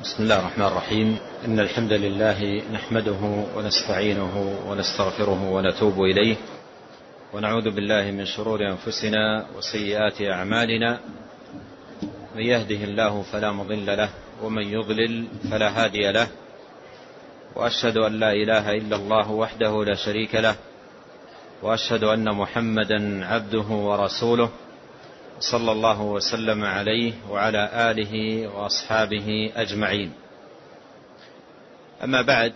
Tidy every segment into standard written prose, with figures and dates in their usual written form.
بسم الله الرحمن الرحيم. إن الحمد لله نحمده ونستعينه ونستغفره ونتوب إليه، ونعوذ بالله من شرور أنفسنا وسيئات أعمالنا. من يهده الله فلا مضل له، ومن يضلل فلا هادي له، وأشهد أن لا إله إلا الله وحده لا شريك له، وأشهد أن محمدا عبده ورسوله، صلى الله وسلم عليه وعلى آله وأصحابه أجمعين. أما بعد،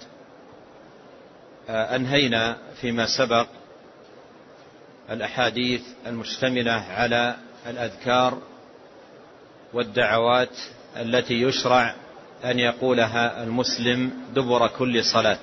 أنهينا فيما سبق الأحاديث المشتملة على الأذكار والدعوات التي يشرع أن يقولها المسلم دبر كل صلاة.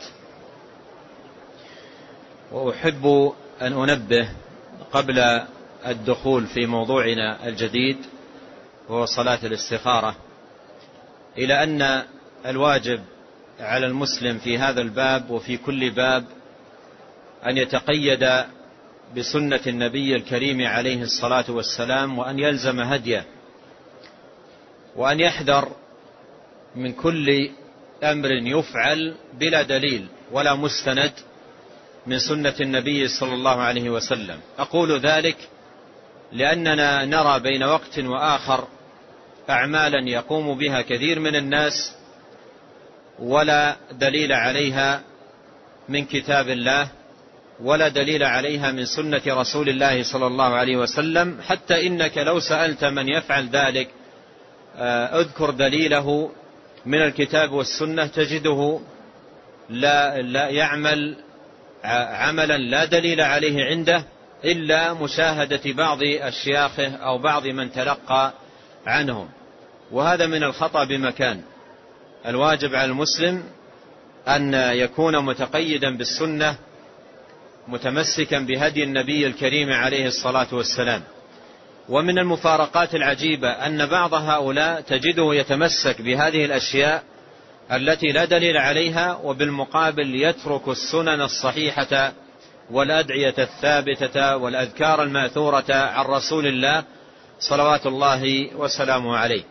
وأحب أن أنبه قبل الدخول في موضوعنا الجديد وهو صلاة الاستخارة إلى أن الواجب على المسلم في هذا الباب وفي كل باب أن يتقيد بسنة النبي الكريم عليه الصلاة والسلام، وأن يلزم هديه، وأن يحذر من كل أمر يفعل بلا دليل ولا مستند من سنة النبي صلى الله عليه وسلم. أقول ذلك لأننا نرى بين وقت وآخر أعمالا يقوم بها كثير من الناس ولا دليل عليها من كتاب الله ولا دليل عليها من سنة رسول الله صلى الله عليه وسلم، حتى إنك لو سألت من يفعل ذلك اذكر دليله من الكتاب والسنة تجده لا يعمل عملا لا دليل عليه عنده إلا مشاهدة بعض أشياخه أو بعض من تلقى عنهم، وهذا من الخطأ بمكان. الواجب على المسلم أن يكون متقيدا بالسنة، متمسكا بهدي النبي الكريم عليه الصلاة والسلام. ومن المفارقات العجيبة أن بعض هؤلاء تجده يتمسك بهذه الأشياء التي لا دليل عليها، وبالمقابل يترك السنن الصحيحة والأدعية الثابتة والأذكار الماثورة عن رسول الله صلوات الله وسلامه عليه.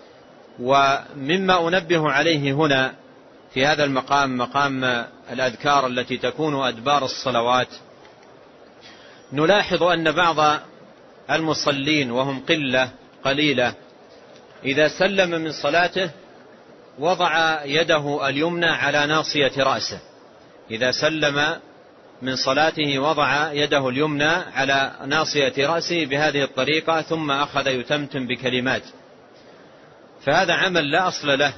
ومما أنبه عليه هنا في هذا المقام، مقام الأذكار التي تكون أدبار الصلوات، نلاحظ أن بعض المصلين وهم قليلة إذا سلم من صلاته وضع يده اليمنى على ناصية رأسه. إذا سلم من صلاته وضع يده اليمنى على ناصية رأسه بهذه الطريقة، ثم أخذ يتمتم بكلمات. فهذا عمل لا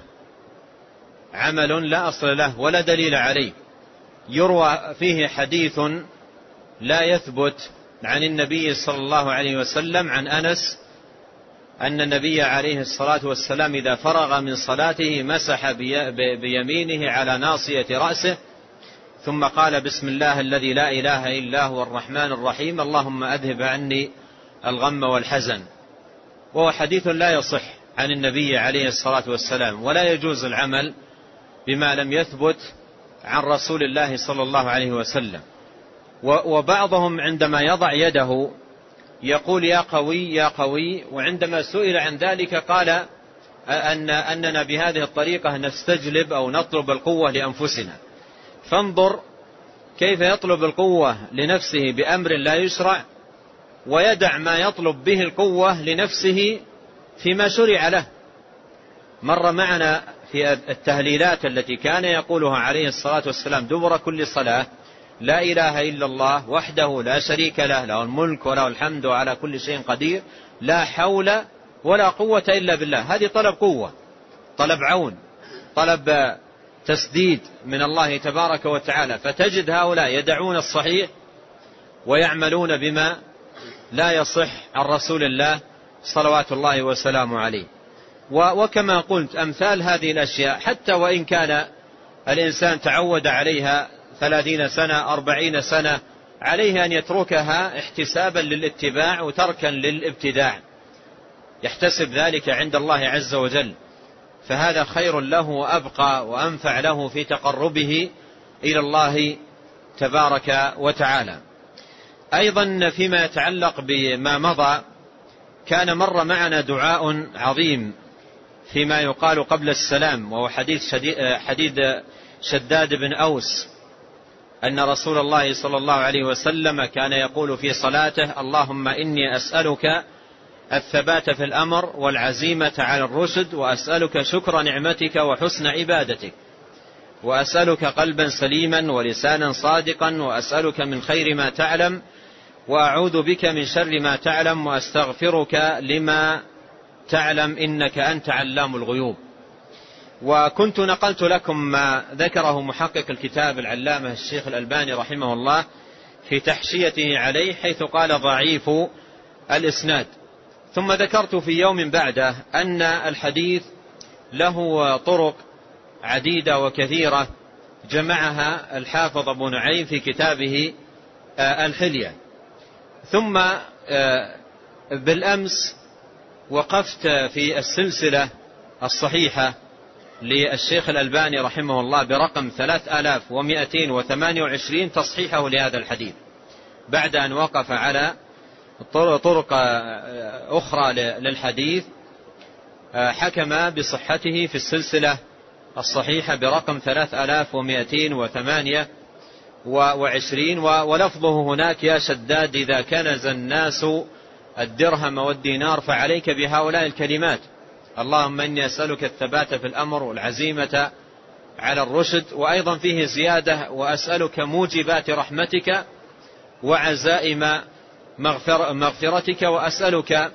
أصل له ولا دليل عليه. يروى فيه حديث لا يثبت عن النبي صلى الله عليه وسلم عن أنس أن النبي عليه الصلاة والسلام إذا فرغ من صلاته مسح بيمينه على ناصية رأسه، ثم قال: بسم الله الذي لا إله إلا هو الرحمن الرحيم، اللهم أذهب عني الغم والحزن. وهو حديث لا يصح عن النبي عليه الصلاة والسلام، ولا يجوز العمل بما لم يثبت عن رسول الله صلى الله عليه وسلم. وبعضهم عندما يضع يده يقول: يا قوي يا قوي، وعندما سئل عن ذلك قال أننا بهذه الطريقة نستجلب أو نطلب القوة لأنفسنا. فانظر كيف يطلب القوة لنفسه بأمر لا يشرع، ويدع ما يطلب به القوة لنفسه فيما شرع له. مر معنا في التهليلات التي كان يقولها عليه الصلاة والسلام دبر كل صلاة: لا إله إلا الله وحده لا شريك له، له الملك وله الحمد وعلى كل شيء قدير، لا حول ولا قوة إلا بالله. هذه طلب قوة، طلب عون، طلب تسديد من الله تبارك وتعالى. فتجد هؤلاء يدعون الصحيح ويعملون بما لا يصح عن رسول الله صلوات الله وسلامه عليه. وكما قلت، أمثال هذه الأشياء حتى وإن كان الإنسان تعود عليها 30 سنة 40 سنة، عليه أن يتركها احتسابا للاتباع وتركا للابتداع، يحتسب ذلك عند الله عز وجل، فهذا خير له وأبقى وأنفع له في تقربه إلى الله تبارك وتعالى. أيضا فيما يتعلق بما مضى، كان مر معنا دعاء عظيم فيما يقال قبل السلام، وهو حديث شداد بن أوس أن رسول الله صلى الله عليه وسلم كان يقول في صلاته: اللهم إني أسألك الثبات في الأمر والعزيمة على الرشد، وأسألك شكر نعمتك وحسن عبادتك، وأسألك قلبا سليما ولسانا صادقا، وأسألك من خير ما تعلم، وأعوذ بك من شر ما تعلم، وأستغفرك لما تعلم إنك أنت علام الغيوب. وكنت نقلت لكم ما ذكره محقق الكتاب العلامة الشيخ الألباني رحمه الله في تحشيته عليه، حيث قال ضعيف الإسناد. ثم ذكرت في يوم بعده أن الحديث له طرق عديدة وكثيرة جمعها الحافظ أبو نعيم في كتابه الحلية. ثم بالأمس وقفت في السلسلة الصحيحة للشيخ الألباني رحمه الله برقم 3228 تصحيحه لهذا الحديث، بعد أن وقف على طرق أخرى للحديث حكم بصحته في السلسلة الصحيحة برقم 3228، ولفظه هناك: يا شداد إذا كنز الناس الدرهم والدينار فعليك بهؤلاء الكلمات: اللهم إني أسألك الثبات في الأمر والعزيمة على الرشد. وأيضا فيه زيادة: وأسألك موجبات رحمتك وعزائم مغفرتك، وأسألك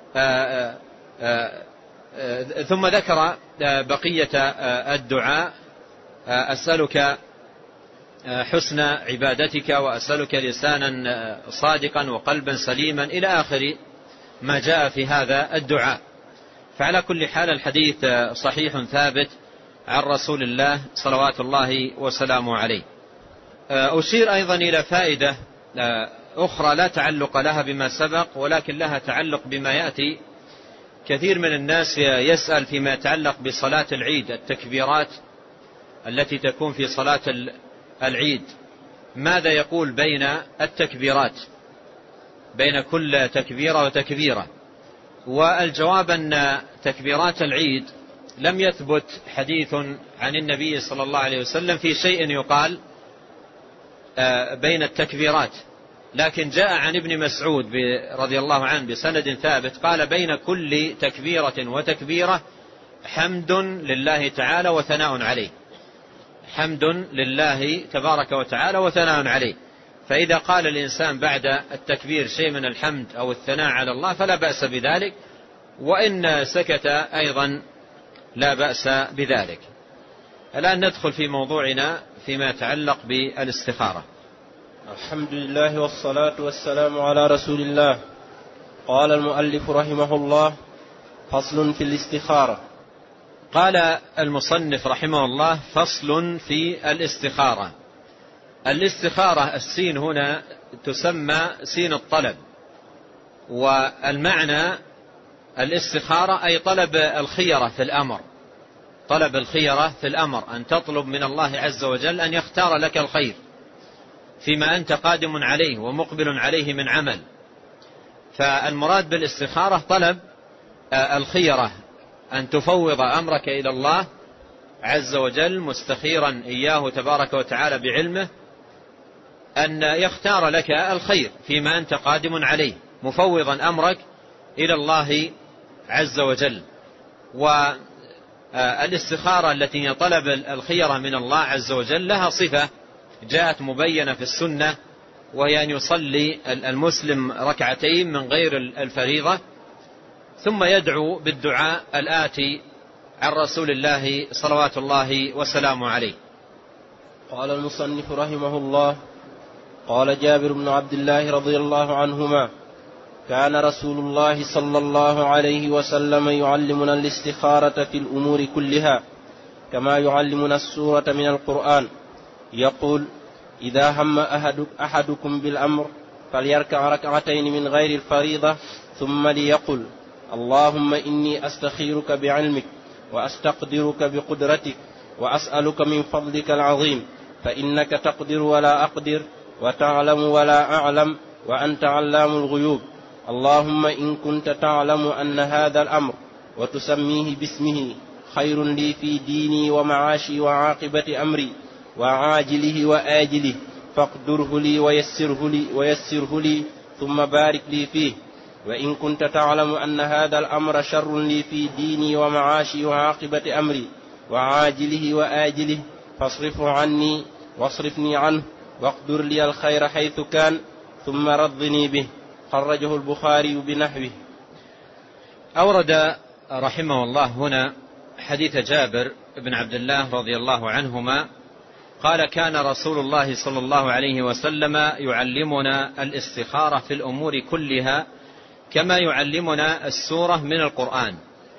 ثم ذكر بقية الدعاء: أسألك حسن عبادتك، وأسألك لسانا صادقا وقلبا سليما، إلى آخر ما جاء في هذا الدعاء. فعلى كل حال الحديث صحيح ثابت عن رسول الله صلوات الله وسلامه عليه. أشير أيضا إلى فائدة أخرى لا تعلق لها بما سبق، ولكن لها تعلق بما يأتي. كثير من الناس يسأل فيما يتعلق بصلاة العيد، التكبيرات التي تكون في صلاة العيد، ماذا يقول بين التكبيرات، بين كل تكبيرة وتكبيرة؟ والجواب أن تكبيرات العيد لم يثبت حديث عن النبي صلى الله عليه وسلم في شيء يقال بين التكبيرات، لكن جاء عن ابن مسعود رضي الله عنه بسند ثابت قال: بين كل تكبيرة وتكبيرة حمد لله تعالى وثناء عليه، حمد لله تبارك وتعالى وثناء عليه. فإذا قال الإنسان بعد التكبير شيء من الحمد أو الثناء على الله فلا بأس بذلك، وإن سكت أيضا لا بأس بذلك. الآن ندخل في موضوعنا فيما يتعلق بالاستخارة. الحمد لله والصلاة والسلام على رسول الله. قال المؤلف رحمه الله: فصل في الاستخارة. قال المصنف رحمه الله: فصل في الاستخارة. الاستخارة السين هنا تسمى سين الطلب، والمعنى الاستخارة أي طلب الخيرة في الأمر، طلب الخيرة في الأمر، أن تطلب من الله عز وجل أن يختار لك الخير فيما أنت قادم عليه ومقبل عليه من عمل. فالمراد بالاستخارة طلب الخيرة، أن تفوض أمرك إلى الله عز وجل مستخيرا إياه تبارك وتعالى بعلمه أن يختار لك الخير فيما أنت قادم عليه، مفوضا أمرك إلى الله عز وجل. والاستخارة التي هي طلب الخيرة من الله عز وجل لها صفة جاءت مبينة في السنة، وهي أن يصلي المسلم ركعتين من غير الفريضة، ثم يدعو بالدعاء الآتي عن رسول الله صلوات الله وسلامه عليه. قال المصنف رحمه الله: قال جابر بن عبد الله رضي الله عنهما: كان رسول الله صلى الله عليه وسلم يعلمنا الاستخارة في الأمور كلها كما يعلمنا السورة من القرآن، يقول: إذا هم أحدكم بالأمر فليركع ركعتين من غير الفريضة، ثم ليقل: اللهم إني أستخيرك بعلمك وأستقدرك بقدرتك وأسألك من فضلك العظيم، فإنك تقدر ولا أقدر وتعلم ولا أعلم وأنت علام الغيوب. اللهم إن كنت تعلم أن هذا الأمر وتسميه باسمه خير لي في ديني ومعاشي وعاقبة أمري وعاجله وآجله، فاقدره لي ويسره لي ثم بارك لي فيه. وإن كنت تعلم أن هذا الأمر شر لي في ديني ومعاشي وعاقبة أمري وعاجله وآجله فاصرفه عني واصرفني عنه، واقدر لي الخير حيث كان، ثم رضني به. خرجه البخاري بنحوه. أورد رحمه الله هنا حديث جابر بن عبد الله رضي الله عنهما قال: كان رسول الله صلى الله عليه وسلم يعلمنا الاستخارة في الأمور كلها كما يعلمنا السورة من القرآن.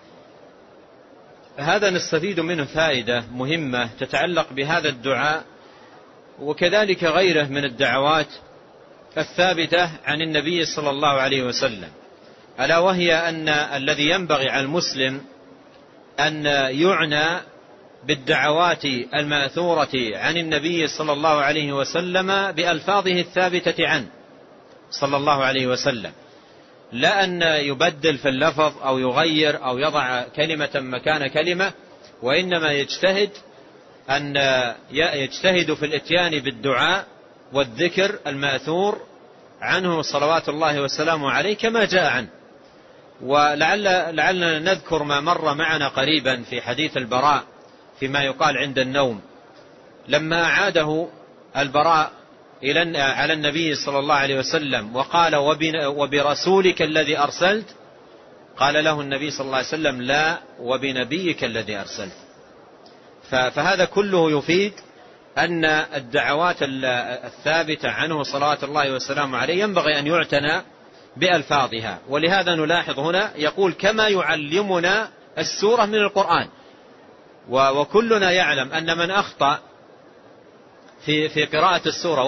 هذا نستفيد منه فائدة مهمة تتعلق بهذا الدعاء وكذلك غيره من الدعوات الثابتة عن النبي صلى الله عليه وسلم، ألا وهي أن الذي ينبغي على المسلم أن يعنى بالدعوات الماثورة عن النبي صلى الله عليه وسلم بألفاظه الثابتة عنه صلى الله عليه وسلم، لا أن يبدل في اللفظ أو يغير أو يضع كلمة مكان كلمة، وإنما يجتهد في الاتيان بالدعاء والذكر الماثور عنه صلوات الله وسلامه عليه كما جاء عنه. ولعلنا نذكر ما مر معنا قريبا في حديث البراء فيما يقال عند النوم، لما أعاده البراء على النبي صلى الله عليه وسلم وقال: وبرسولك الذي أرسلت، قال له النبي صلى الله عليه وسلم: لا، وبنبيك الذي أرسلت. فهذا كله يفيد أن الدعوات الثابتة عنه صلوات الله وسلامه عليه ينبغي أن يعتنى بألفاظها. ولهذا نلاحظ هنا يقول: كما يعلمنا السورة من القرآن. وكلنا يعلم أن من أخطأ في قراءة السورة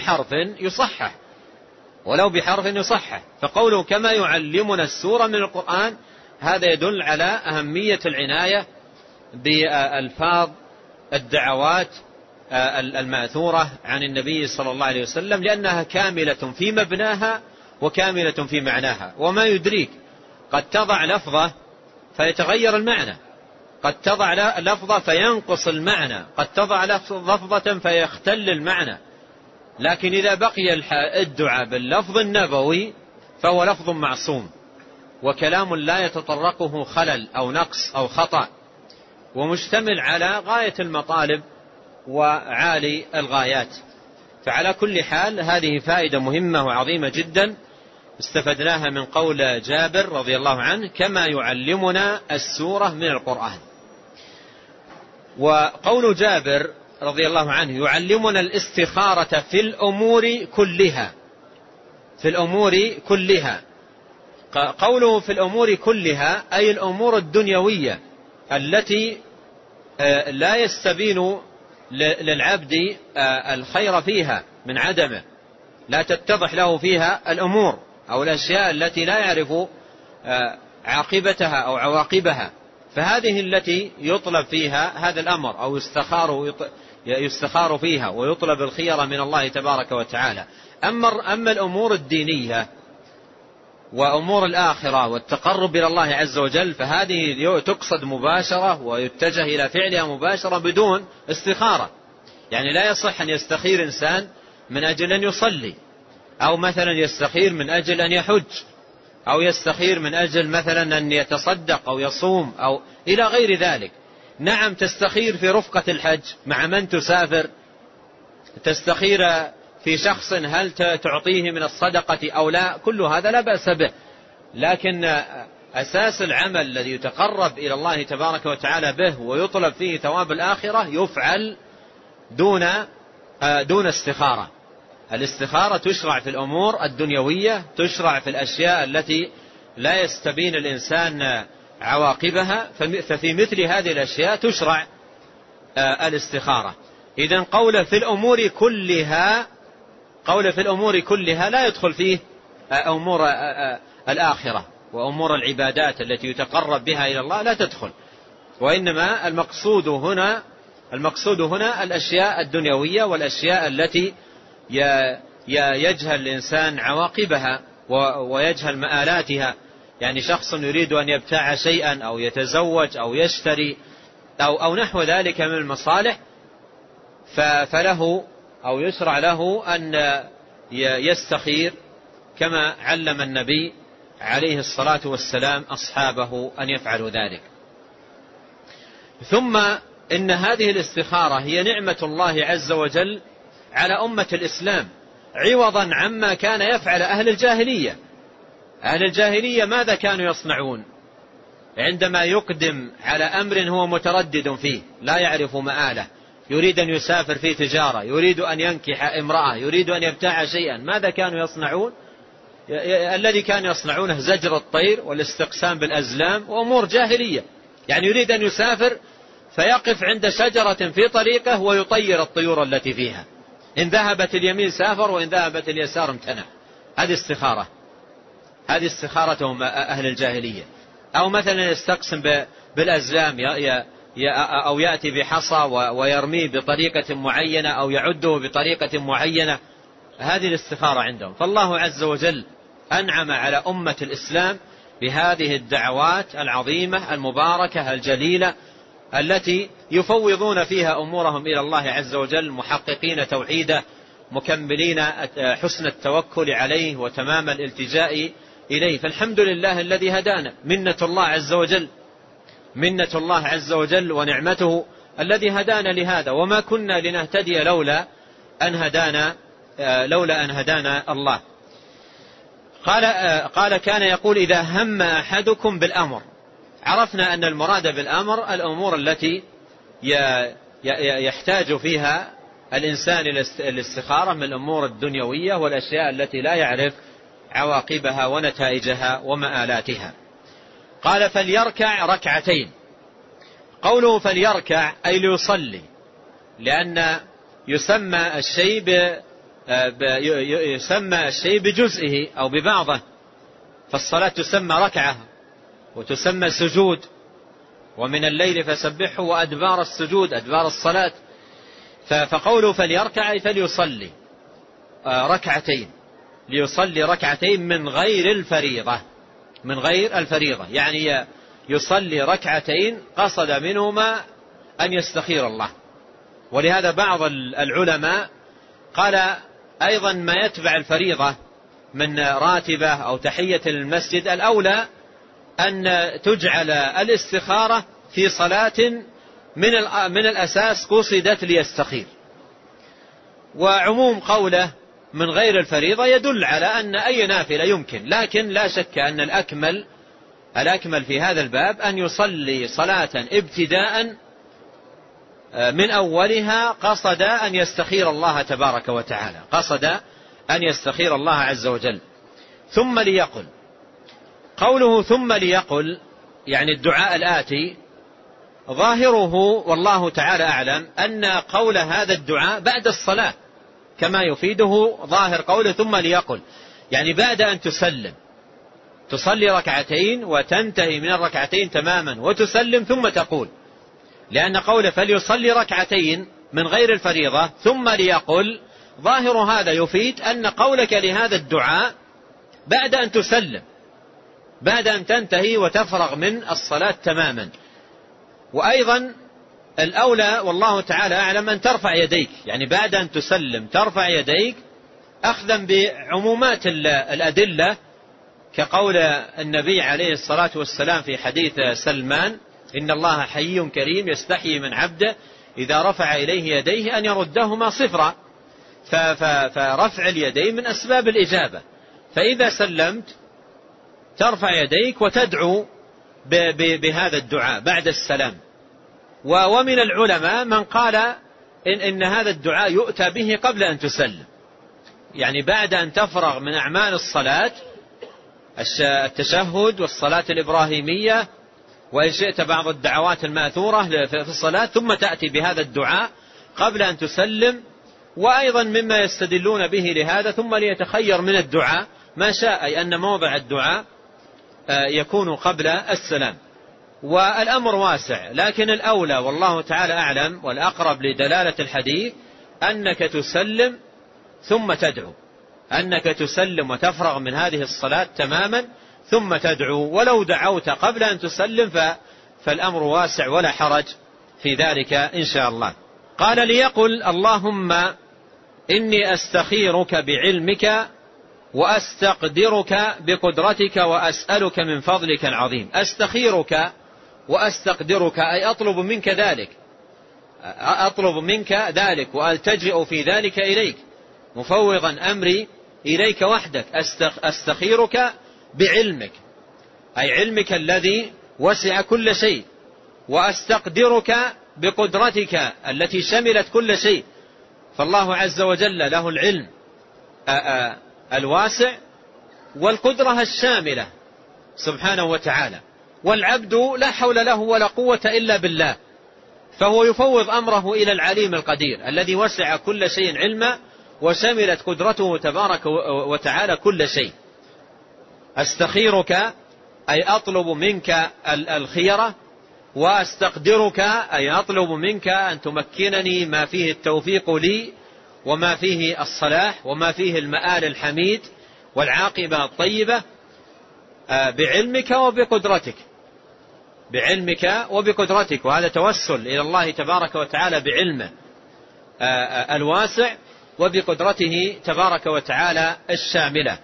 ولو بحرف يصحح، فقوله كما يعلمنا السورة من القرآن هذا يدل على أهمية العناية بألفاظ الدعوات الماثورة عن النبي صلى الله عليه وسلم، لأنها كاملة في مبناها وكاملة في معناها. وما يدريك قد تضع لفظة فيتغير المعنى، قد تضع لفظة فينقص المعنى، قد تضع لفظة فيختل المعنى، لكن إذا بقي الدعاء باللفظ النبوي فهو لفظ معصوم وكلام لا يتطرقه خلل أو نقص أو خطأ، ومشتمل على غاية المطالب وعالي الغايات. فعلى كل حال هذه فائدة مهمة وعظيمة جدا استفدناها من قول جابر رضي الله عنه: كما يعلمنا السورة من القرآن. وقول جابر رضي الله عنه يعلمنا الاستخارة في الأمور كلها، قوله في الأمور كلها أي الأمور الدنيوية التي لا يستبين للعبد الخير فيها من عدمه، لا تتضح له فيها الأمور أو الأشياء التي لا يعرف عاقبتها أو عواقبها، فهذه التي يطلب فيها هذا الأمر أو يستخار فيها ويطلب الخير من الله تبارك وتعالى. أما الأمور الدينية وأمور الآخرة والتقرب إلى الله عز وجل فهذه تقصد مباشرة ويتجه إلى فعلها مباشرة بدون استخارة. يعني لا يصح أن يستخير إنسان من أجل أن يصلي، أو مثلا يستخير من أجل أن يحج، أو يستخير من أجل مثلا أن يتصدق أو يصوم أو إلى غير ذلك. نعم تستخير في رفقة الحج مع من تسافر، تستخير في شخص هل تعطيه من الصدقة أو لا، كل هذا لا بأس به، لكن أساس العمل الذي يتقرب إلى الله تبارك وتعالى به ويطلب فيه ثواب الآخرة يفعل دون استخارة. الاستخارة تشرع في الأمور الدنيوية، تشرع في الأشياء التي لا يستبين الإنسان عواقبها، ففي مثل هذه الأشياء تشرع الاستخارة. إذن قول في الأمور كلها لا يدخل فيه أمور الآخرة وأمور العبادات التي يتقرب بها إلى الله لا تدخل، وإنما المقصود هنا الأشياء الدنيوية والأشياء التي يجهل الإنسان عواقبها ويجهل مآلاتها، يعني شخص يريد أن يبتاع شيئا أو يتزوج أو يشتري أو نحو ذلك من المصالح، فله أو يشرع له أن يستخير كما علم النبي عليه الصلاة والسلام أصحابه أن يفعلوا ذلك. ثم إن هذه الاستخارة هي نعمة الله عز وجل على أمة الإسلام، عوضا عما كان يفعل أهل الجاهلية. أهل الجاهلية ماذا كانوا يصنعون عندما يقدم على أمر هو متردد فيه لا يعرف مآله، يريد أن يسافر في تجارة، يريد أن ينكح امرأة، يريد أن يبتاع شيئا، ماذا كانوا يصنعون؟ الذي كانوا يصنعونه زجر الطير والاستقسام بالأزلام وأمور جاهلية. يعني يريد أن يسافر فيقف عند شجرة في طريقه ويطير الطيور التي فيها، إن ذهبت اليمين سافر وإن ذهبت اليسار امتنع. هذه استخارة، هذه استخارتهم أهل الجاهلية. أو مثلا يستقسم بالأزلام، أو يأتي بحصى ويرميه بطريقة معينة أو يعده بطريقة معينة، هذه الاستخارة عندهم. فالله عز وجل أنعم على أمة الإسلام بهذه الدعوات العظيمة المباركة الجليلة التي يفوضون فيها أمورهم إلى الله عز وجل، محققين توحيده، مكملين حسن التوكل عليه وتمام الالتجاء إليه. فالحمد لله الذي هدانا، منة الله عز وجل، منة الله عز وجل ونعمته الذي هدانا لهذا، وما كنا لنهتدي لولا أن هدانا الله. قال كان يقول إذا هم أحدكم بالأمر. عرفنا أن المراد بالأمر الأمور التي يحتاج فيها الإنسان الاستخارة من الأمور الدنيوية والأشياء التي لا يعرف عواقبها ونتائجها ومآلاتها. قال فليركع ركعتين. قوله فليركع أي ليصلي، لأن يسمى الشيء بجزئه أو ببعضه، فالصلاة تسمى ركعة وتسمى سجود، ومن الليل فسبحه وأدبار السجود أدبار الصلاة. فقوله فليركع أي فليصلي ركعتين، ليصلي ركعتين من غير الفريضة، من غير الفريضة، يعني يصلي ركعتين قصد منهما أن يستخير الله. ولهذا بعض العلماء قال أيضا ما يتبع الفريضة من راتبة أو تحية المسجد الأولى أن تجعل الاستخارة في صلاة من الأساس قصدت ليستخير. وعموم قوله من غير الفريضة يدل على أن أي نافلة يمكن، لكن لا شك أن الأكمل في هذا الباب أن يصلي صلاة ابتداء من أولها قصد أن يستخير الله تبارك وتعالى، قصد أن يستخير الله عز وجل. ثم ليقل، قوله ثم ليقل يعني الدعاء الآتي ظاهره والله تعالى أعلم أن قول هذا الدعاء بعد الصلاة، كما يفيده ظاهر قوله ثم ليقل، يعني بعد أن تسلم، تصلي ركعتين وتنتهي من الركعتين تماما وتسلم ثم تقول، لأن قوله فليصلي ركعتين من غير الفريضة ثم ليقل ظاهر هذا يفيد أن قولك لهذا الدعاء بعد أن تسلم، بعد أن تنتهي وتفرغ من الصلاة تماما. وأيضا الأولى والله تعالى أعلم أن ترفع يديك، يعني بعد أن تسلم ترفع يديك أخذا بعمومات الأدلة، كقول النبي عليه الصلاة والسلام في حديث سلمان إن الله حي كريم يستحيي من عبده إذا رفع إليه يديه أن يردهما صفرا. فرفع اليدين من أسباب الإجابة، فإذا سلمت ترفع يديك وتدعو بهذا الدعاء بعد السلام. ومن العلماء من قال إن هذا الدعاء يؤتى به قبل أن تسلم، يعني بعد أن تفرغ من أعمال الصلاة التشهد والصلاة الإبراهيمية وإن شئت بعض الدعوات الماثورة في الصلاة، ثم تأتي بهذا الدعاء قبل أن تسلم. وأيضا مما يستدلون به لهذا ثم ليتخير من الدعاء ما شاء، أي أن موضع الدعاء يكون قبل السلام. والأمر واسع، لكن الأولى والله تعالى أعلم والأقرب لدلالة الحديث أنك تسلم ثم تدعو، أنك تسلم وتفرغ من هذه الصلاة تماما ثم تدعو، ولو دعوت قبل أن تسلم فالأمر واسع ولا حرج في ذلك إن شاء الله. قال ليقل اللهم إني أستخيرك بعلمك وأستقدرك بقدرتك وأسألك من فضلك العظيم. أستخيرك وأستقدرك أي أطلب منك ذلك، أطلب منك ذلك وألتجئ في ذلك إليك، مفوضا أمري إليك وحدك. أستخيرك بعلمك أي علمك الذي وسع كل شيء، وأستقدرك بقدرتك التي شملت كل شيء، فالله عز وجل له العلم الواسع والقدرة الشاملة سبحانه وتعالى، والعبد لا حول له ولا قوة إلا بالله، فهو يفوض أمره إلى العليم القدير الذي وسع كل شيء علما وشملت قدرته تبارك وتعالى كل شيء. أستخيرك أي أطلب منك الخيرة، وأستقدرك أي أطلب منك أن تمكنني ما فيه التوفيق لي وما فيه الصلاح وما فيه المآل الحميد والعاقبة الطيبة بعلمك وبقدرتك، بعلمك وبقدرتك. وهذا توسل إلى الله تبارك وتعالى بعلمه الواسع وبقدرته تبارك وتعالى الشاملة.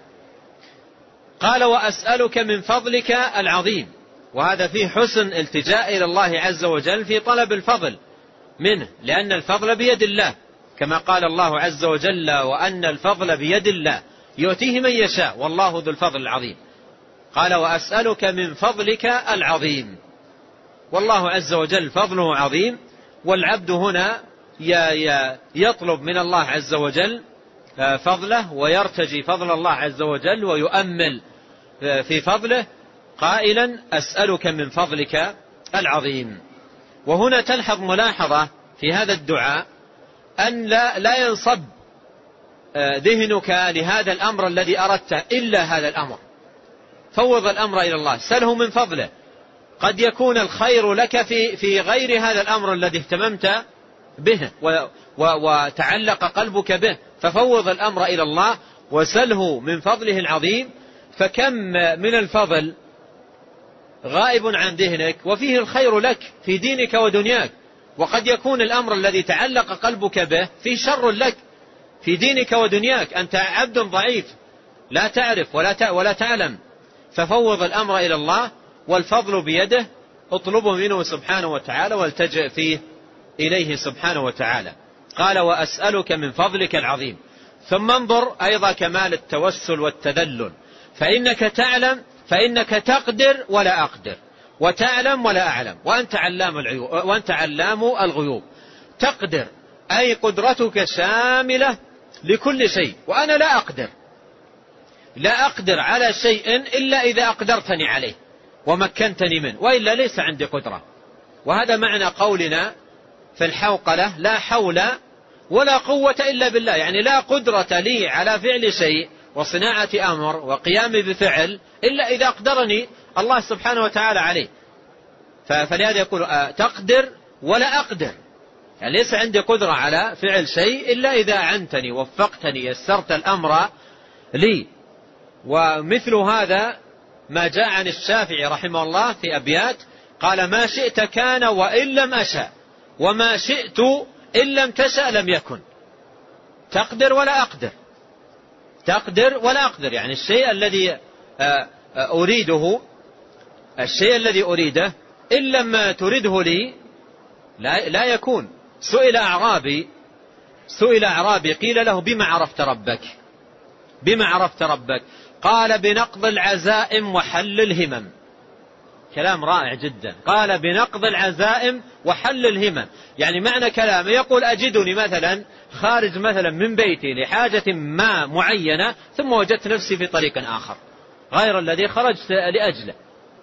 قال وأسألك من فضلك العظيم، وهذا فيه حسن التجاء إلى الله عز وجل في طلب الفضل منه، لأن الفضل بيد الله، كما قال الله عز وجل وأن الفضل بيد الله يؤتيه من يشاء والله ذو الفضل العظيم. قال وأسألك من فضلك العظيم، والله عز وجل فضله عظيم، والعبد هنا يطلب من الله عز وجل فضله ويرتجي فضل الله عز وجل ويؤمل في فضله قائلا أسألك من فضلك العظيم. وهنا تلحظ ملاحظة في هذا الدعاء أن لا ينصب ذهنك لهذا الأمر الذي أردته إلا هذا الأمر، فوض الأمر إلى الله، سله من فضله. قد يكون الخير لك في غير هذا الأمر الذي اهتممت به وتعلق قلبك به، ففوض الأمر إلى الله وسله من فضله العظيم. فكم من الفضل غائب عن ذهنك وفيه الخير لك في دينك ودنياك، وقد يكون الأمر الذي تعلق قلبك به فيه شر لك في دينك ودنياك، أنت عبد ضعيف لا تعرف ولا تعلم، ففوض الأمر إلى الله والفضل بيده، اطلبه منه سبحانه وتعالى والتجئ فيه إليه سبحانه وتعالى. قال وأسألك من فضلك العظيم. ثم انظر أيضا كمال التوسل والتذلل، فإنك تعلم، فإنك تقدر ولا أقدر، وتعلم ولا أعلم، وأنت علام الغيوب. تقدر أي قدرتك شاملة لكل شيء، وأنا لا أقدر على شيء إلا إذا أقدرتني عليه ومكنتني منه، وإلا ليس عندي قدرة. وهذا معنى قولنا في الحوقلة لا حول ولا قوة إلا بالله، يعني لا قدرة لي على فعل شيء وصناعة أمر وقيامي بفعل إلا إذا أقدرني الله سبحانه وتعالى عليه. فلهذا يقول تقدر ولا أقدر، يعني ليس عندي قدرة على فعل شيء إلا إذا أعنتني وفقتني يسرت الأمر لي. ومثل هذا ما جاء عن الشافعي رحمه الله في أبيات، قال ما شئت كان وإن لم أشأ، وما شئت إن لم تشأ لم يكن. تقدر ولا أقدر، تقدر ولا أقدر، يعني الشيء الذي أريده إن لم ترده لي لا يكون. سئل أعرابي قيل له بما عرفت ربك؟ قال بنقض العزائم وحل الهمم. كلام رائع جدا. قال بنقض العزائم وحل الهمم، يعني معنى كلامه يقول أجدني مثلا خارج مثلا من بيتي لحاجة ما معينة، ثم وجدت نفسي في طريق آخر غير الذي خرجت لأجله.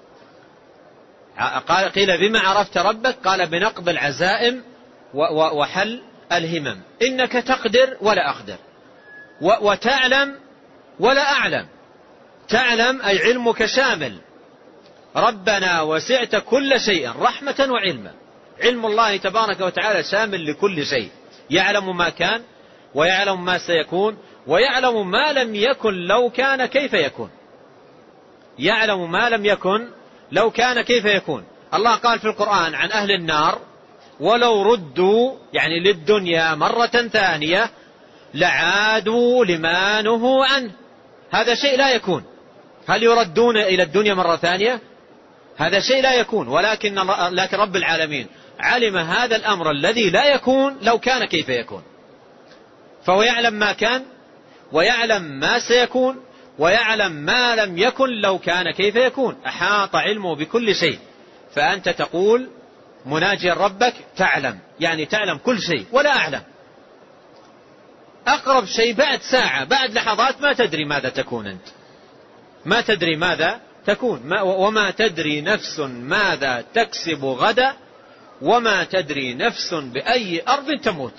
قيل بما عرفت ربك؟ قال بنقض العزائم وحل الهمم. إنك تقدر ولا أقدر، وتعلم ولا أعلم. تعلم أي علمك شامل، ربنا وسعت كل شيء رحمة وعلما. علم الله تبارك وتعالى شامل لكل شيء، يعلم ما كان ويعلم ما سيكون ويعلم ما لم يكن لو كان كيف يكون. يعلم ما لم يكن لو كان كيف يكون. الله قال في القرآن عن أهل النار ولو ردوا يعني للدنيا مرة ثانية لعادوا لما نهوا عنه. هذا شيء لا يكون. هل يردون إلى الدنيا مرة ثانية؟ هذا شيء لا يكون. ولكن رب العالمين علم هذا الأمر الذي لا يكون لو كان كيف يكون، فهو يعلم ما كان ويعلم ما سيكون ويعلم ما لم يكن لو كان كيف يكون. أحاط علمه بكل شيء. فأنت تقول مناجيا ربك تعلم، يعني تعلم كل شيء ولا أعلم. أقرب شيء بعد ساعة بعد لحظات ما تدري ماذا تكون أنت، ما تدري ماذا تكون. وما تدري نفس ماذا تكسب غدا وما تدري نفس بأي أرض تموت.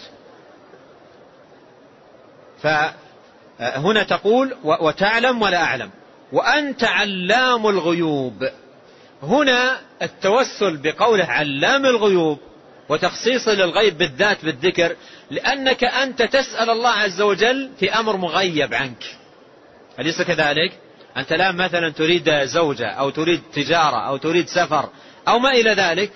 فهنا تقول وتعلم ولا أعلم وأنت علام الغيوب. هنا التوسل بقوله علام الغيوب وتخصيصه للغيب بالذات بالذكر، لأنك أنت تسأل الله عز وجل في أمر مغيب عنك، أليس كذلك؟ أنت الآن مثلا تريد زوجة أو تريد تجارة أو تريد سفر أو ما إلى ذلك،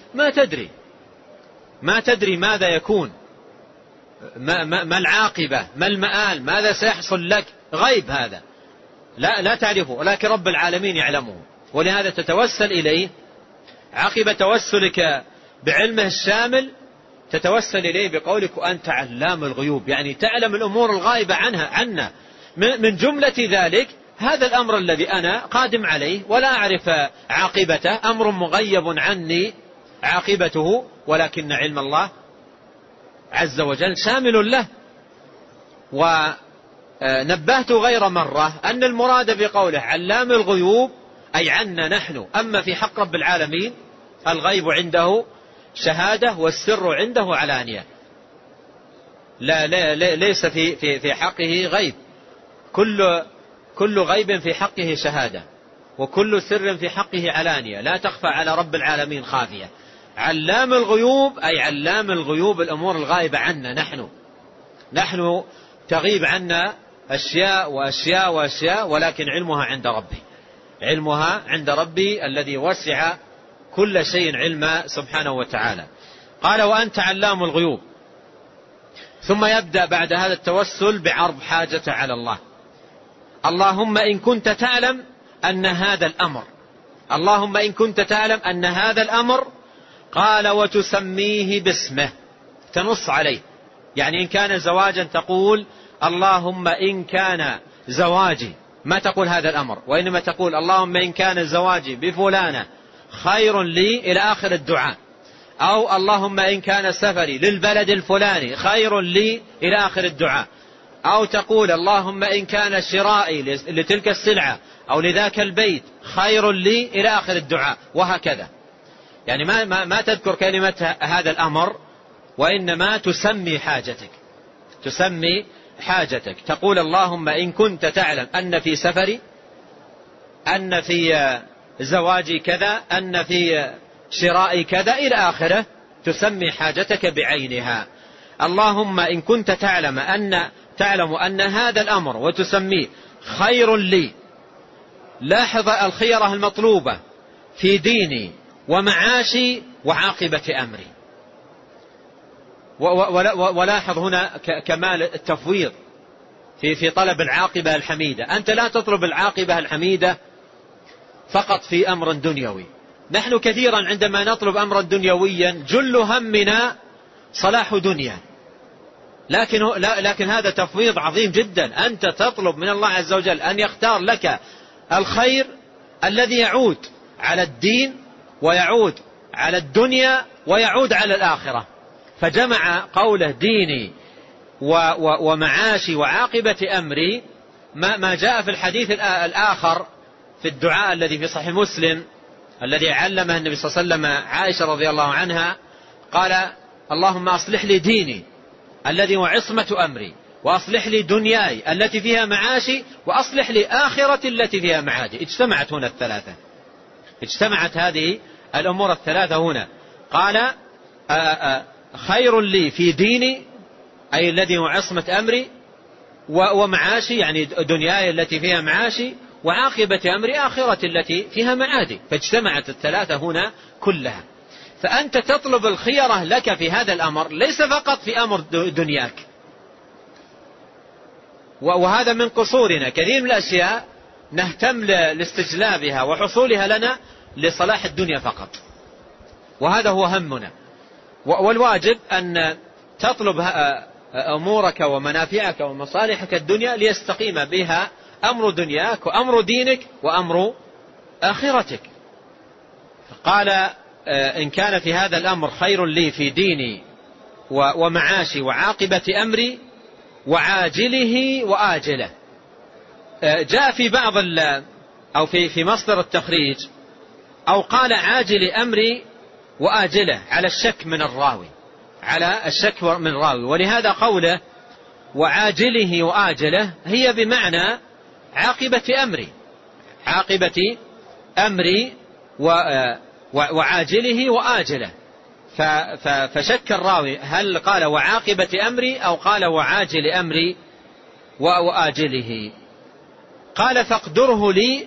ما تدري ماذا يكون، ما العاقبة، ما المآل، ماذا سيحصل لك، غيب هذا لا تعرفه، ولكن رب العالمين يعلمه. ولهذا تتوسل إليه عقب توسلك بعلمه الشامل، تتوسل إليه بقولك وأنت علام الغيوب، يعني تعلم الأمور الغائبة عنا. من جملة ذلك هذا الأمر الذي أنا قادم عليه ولا أعرف عاقبته، أمر مغيب عني عاقبته، ولكن علم الله عز وجل شامل له. ونبهت غير مرة أن المراد بقوله علام الغيوب أي عنا نحن. أما في حق رب العالمين الغيب عنده شهادة والسر عنده علانية. ليس في حقه غيب. كل غيب في حقه شهادة وكل سر في حقه علانية، لا تخفى على رب العالمين خافية. علام الغيوب أي علام الغيوب الأمور الغائبة عنا نحن تغيب عنا أشياء وأشياء وأشياء، ولكن علمها عند ربي الذي وسع كل شيء علما سبحانه وتعالى. قال وأنت علام الغيوب. ثم يبدأ بعد هذا التوسل بعرض حاجته على الله. اللهم إن كنت تعلم أن هذا الأمر، اللهم إن كنت تعلم أن هذا الأمر، قال وتسميه باسمه، تنص عليه. يعني إن كان زواجا تقول اللهم إن كان زواجي، ما تقول هذا الأمر، وإنما تقول اللهم إن كان زواجي بفلانة خير لي إلى آخر الدعاء، أو اللهم إن كان سفري للبلد الفلاني خير لي إلى آخر الدعاء، أو تقول اللهم إن كان شرائي لتلك السلعة أو لذاك البيت خير لي إلى آخر الدعاء، وهكذا. يعني ما تذكر كلمة هذا الأمر، وإنما تسمي حاجتك. تقول اللهم إن كنت تعلم أن في سفري، أن في زواجي كذا، أن في شرائي كذا إلى آخره، تسمي حاجتك بعينها. اللهم إن كنت تعلم أن هذا الأمر وتسميه خير لي، لاحظ الخيرة المطلوبة في ديني ومعاشي وعاقبة أمري. ولاحظ هنا كمال التفويض في طلب العاقبة الحميدة. أنت لا تطلب العاقبة الحميدة فقط في أمر دنيوي. نحن كثيرا عندما نطلب أمرا دنيويا جل همنا صلاح دنيا، لكن هذا تفويض عظيم جدا. أنت تطلب من الله عز وجل أن يختار لك الخير الذي يعود على الدين ويعود على الدنيا ويعود على الآخرة. فجمع قوله ديني ومعاشي وعاقبة أمري ما جاء في الحديث الآخر في الدعاء الذي في صحيح مسلم الذي علمه النبي صلى الله عليه وسلم عائشة رضي الله عنها. قال اللهم أصلح لي ديني الذي هو عصمة أمري، وأصلح لي دنياي التي فيها معاشي، وأصلح لي آخرتي التي فيها معادي. اجتمعت هنا الثلاثة، اجتمعت هذه الأمور الثلاثة هنا. قال خير لي في ديني أي الذي هو عصمة أمري، ومعاشي يعني دنياي التي فيها معاشي، وعاقبة أمري آخرة التي فيها معادي، فاجتمعت الثلاثة هنا كلها. فأنت تطلب الخيرة لك في هذا الأمر، ليس فقط في أمر دنياك، وهذا من قصورنا. كثير من الأشياء نهتم لاستجلابها وحصولها لنا لصلاح الدنيا فقط، وهذا هو همنا. والواجب أن تطلب أمورك ومنافعك ومصالحك الدنيا ليستقيم بها أمر دنياك وأمر دينك وأمر آخرتك. قال إن كان في هذا الأمر خير لي في ديني ومعاشي وعاقبة أمري وعاجله وآجله. جاء في بعض أو في مصدر التخريج أو قال عاجل أمري وآجله على الشك من الراوي، على الشك من الراوي، ولهذا قوله وعاجله وآجله هي بمعنى عاقبة أمري، عاقبة أمري وعاجله وآجله. فشك الراوي هل قال وعاقبة أمري أو قال وعاجل أمري وآجله. قال فاقدره لي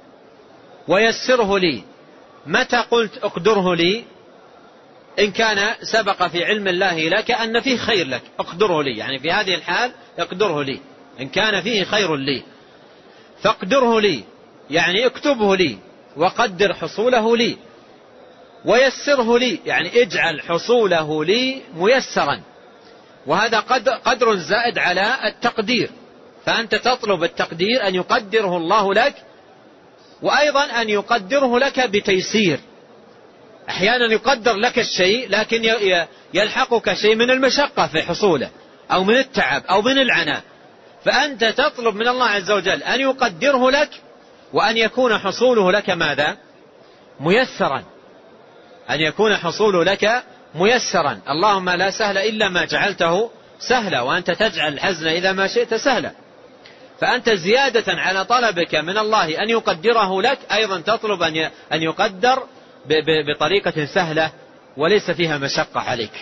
ويسره لي. متى قلت اقدره لي؟ إن كان سبق في علم الله لك أن فيه خير لك اقدره لي، يعني في هذه الحال اقدره لي إن كان فيه خير لي. فاقدره لي يعني اكتبه لي وقدر حصوله لي، ويسره لي يعني اجعل حصوله لي ميسرا، وهذا قدر زائد على التقدير. فأنت تطلب التقدير أن يقدره الله لك، وأيضا أن يقدره لك بتيسير. أحيانا يقدر لك الشيء لكن يلحقك شيء من المشقة في حصوله أو من التعب أو من العناء، فأنت تطلب من الله عز وجل أن يقدره لك وأن يكون حصوله لك ماذا؟ ميسرا، أن يكون حصوله لك ميسرا. اللهم لا سهل إلا ما جعلته سهلا، وأنت تجعل الحزن إذا ما شئت سهلا. فأنت زيادة على طلبك من الله أن يقدره لك أيضا تطلب أن يقدر بطريقة سهلة وليس فيها مشقة عليك.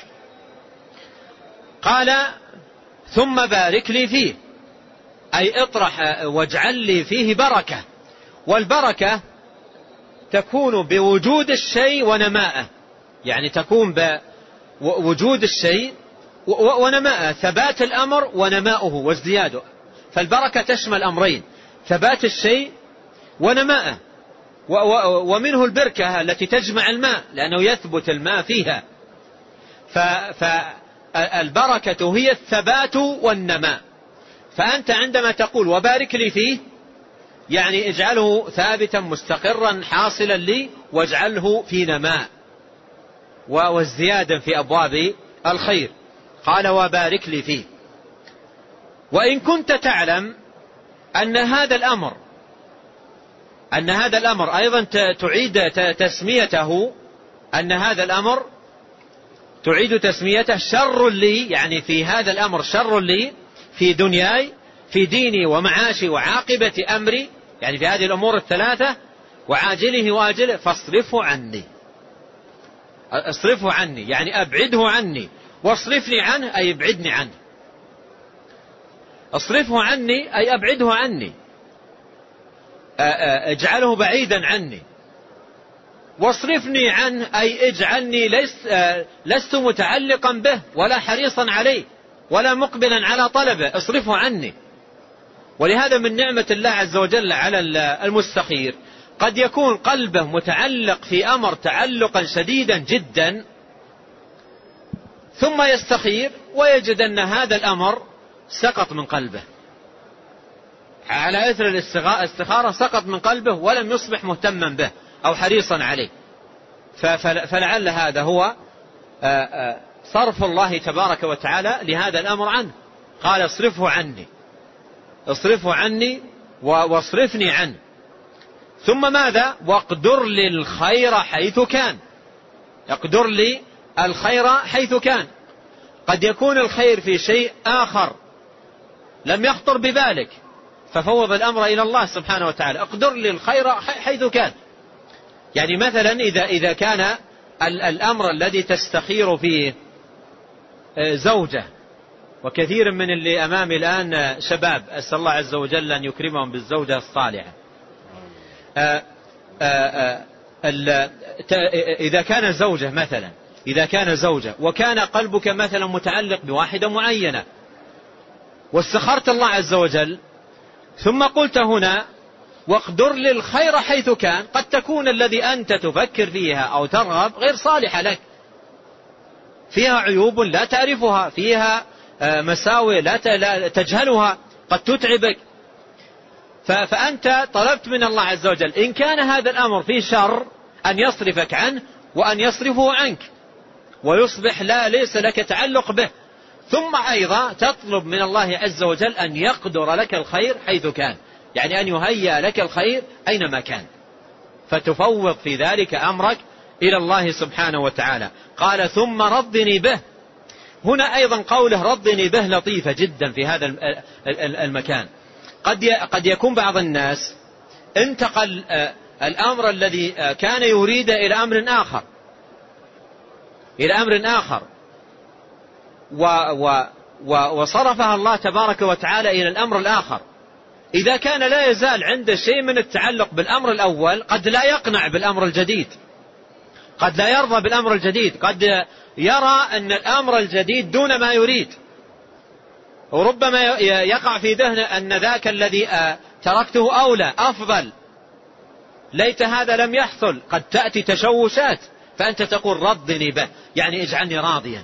قال ثم بارك لي فيه، أي اطرح واجعل لي فيه بركة. والبركة تكون بوجود الشيء ونماءه، يعني تكون بوجود الشيء ونماءه، ثبات الأمر ونماؤه وازدياده. فالبركة تشمل أمرين، ثبات الشيء ونماءه. ومنه البركة التي تجمع الماء لأنه يثبت الماء فيها. فالبركة هي الثبات والنماء. فأنت عندما تقول وبارك لي فيه يعني اجعله ثابتا مستقرا حاصلا لي، واجعله في نماء وازديادا في أبواب الخير. قال وبارك لي فيه. وإن كنت تعلم أن هذا الأمر أيضا تعيد تسميته، أن هذا الأمر تعيد تسميته شر لي، يعني في هذا الأمر شر لي في دنياي في ديني ومعاشي وعاقبة أمري، يعني في هذه الأمور الثلاثة وعاجله وآجله، فاصرفه عني. اصرفه عني يعني أبعده عني، واصرفني عنه أي ابعدني عنه. اصرفه عني أي أبعده عني، اجعله بعيدا عني. واصرفني عنه أي اجعلني لست متعلقا به ولا حريصا عليه ولا مقبلا على طلبه، اصرفه عني. ولهذا من نعمة الله عز وجل على المستخير قد يكون قلبه متعلق في أمر تعلقا شديدا جدا، ثم يستخير ويجد أن هذا الأمر سقط من قلبه على إثر الاستخارة، سقط من قلبه ولم يصبح مهتما به أو حريصا عليه. فلعل هذا هو صرف الله تبارك وتعالى لهذا الأمر عنه. قال اصرفه عني، اصرفه عني واصرفني عنه. ثم ماذا؟ واقدر لي الخير حيث كان. اقدر لي الخير حيث كان. قد يكون الخير في شيء آخر لم يخطر ببالك، ففوض الأمر إلى الله سبحانه وتعالى. اقدر لي الخير حيث كان. يعني مثلا إذا كان الأمر الذي تستخير فيه زوجة، وكثير من اللي أمامي الآن شباب أسأل الله عز وجل أن يكرمهم بالزوجة الصالحة، إذا كان زوجة مثلا، إذا كان زوجة وكان قلبك مثلا متعلق بواحدة معينة واستخرت الله عز وجل ثم قلت هنا واقدر لي الخير حيث كان، قد تكون الذي أنت تفكر فيها أو ترغب غير صالحة لك، فيها عيوب لا تعرفها، فيها مساوئ لا تجهلها، قد تتعبك. فأنت طلبت من الله عز وجل إن كان هذا الأمر فيه شر أن يصرفك عنه وأن يصرفه عنك ويصبح ليس لك تعلق به، ثم أيضا تطلب من الله عز وجل أن يقدر لك الخير حيث كان، يعني أن يهيأ لك الخير أينما كان، فتفوض في ذلك أمرك إلى الله سبحانه وتعالى. قال ثم رضني به. هنا أيضا قوله رضني به لطيفة جدا في هذا المكان. قد يكون بعض الناس انتقل الأمر الذي كان يريد إلى أمر آخر وصرفها الله تبارك وتعالى إلى الأمر الآخر. إذا كان لا يزال عنده شيء من التعلق بالأمر الأول قد لا يقنع بالأمر الجديد، قد لا يرضى بالأمر الجديد، قد يرى أن الأمر الجديد دون ما يريد، وربما يقع في ذهنه أن ذاك الذي تركته أولى أفضل، ليت هذا لم يحصل. قد تأتي تشوشات فأنت تقول رضني به، يعني اجعلني